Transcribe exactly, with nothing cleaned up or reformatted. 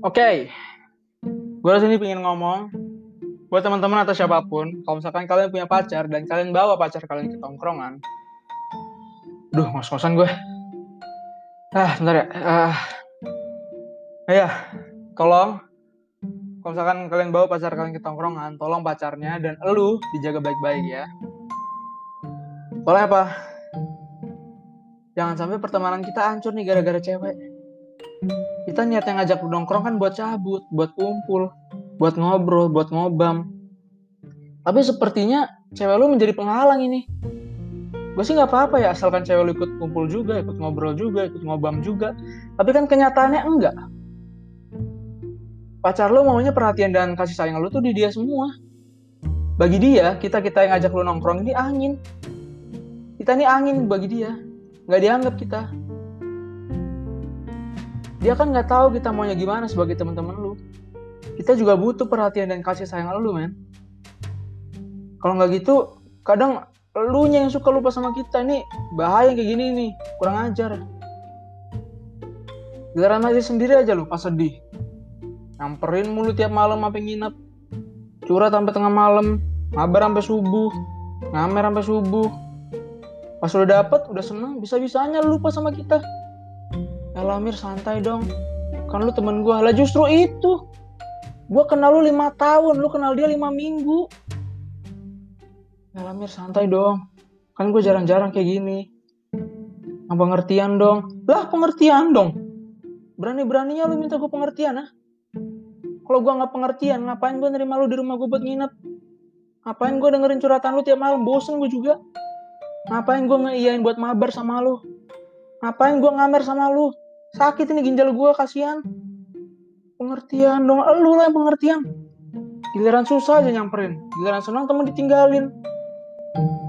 Oke, gue sini pengen ngomong buat teman-teman atau siapapun, kalau misalkan kalian punya pacar dan kalian bawa pacar kalian ke tongkrongan, duh ngos-ngosan gue. Ah, bentar ya. Ah, ya, tolong, kalau misalkan kalian bawa pacar kalian ke tongkrongan, tolong pacarnya dan elu dijaga baik-baik ya. Soalnya apa? Jangan sampai pertemanan kita hancur nih gara-gara cewek. Kita niatnya ngajak lu nongkrong kan buat cabut, buat kumpul, buat ngobrol, buat ngobam. Tapi sepertinya cewek lu menjadi penghalang ini. Gue sih nggak apa-apa ya, asalkan cewek lu ikut kumpul juga, ikut ngobrol juga, ikut ngobam juga. Tapi kan kenyataannya enggak. Pacar lu maunya perhatian dan kasih sayang lu tuh di dia semua. Bagi dia, kita kita yang ngajak lu nongkrong ini angin. Kita ini angin bagi dia, nggak dianggap kita. Dia kan nggak tahu kita maunya gimana sebagai teman-teman lu. Kita juga butuh perhatian dan kasih sayang lu, men. Kalau nggak gitu, kadang lu yang suka lupa sama kita. Ini bahaya kayak gini nih, kurang ajar. Giliran masih sendiri aja lu pas sedih, nyamperin mulu tiap malam sampai nginep, curhat sampai tengah malam, ngabar sampai subuh, ngamer sampai subuh. Pas udah dapet, udah seneng, bisa-bisanya lu lupa sama kita. Elah Mir, santai dong, kan lu temen gue. Lah justru itu, gue kenal lu lima tahun, lu kenal dia lima minggu. Elah Mir, santai dong, kan gue jarang-jarang kayak gini. Yang pengertian dong. Lah pengertian dong, berani-beraninya lu minta gue pengertian, ah? Kalau gue nggak pengertian, ngapain gue nerima lu di rumah gue buat nginep? Ngapain gue dengerin curhatan lu tiap malam? Bosen gue juga. Ngapain gue ngeiyain buat mabar sama lu? Ngapain gue ngamer sama lu? Sakit ini ginjal gue, kasihan. Pengertian dong, lu lah yang pengertian. Giliran susah aja nyamperin, giliran senang temen ditinggalin.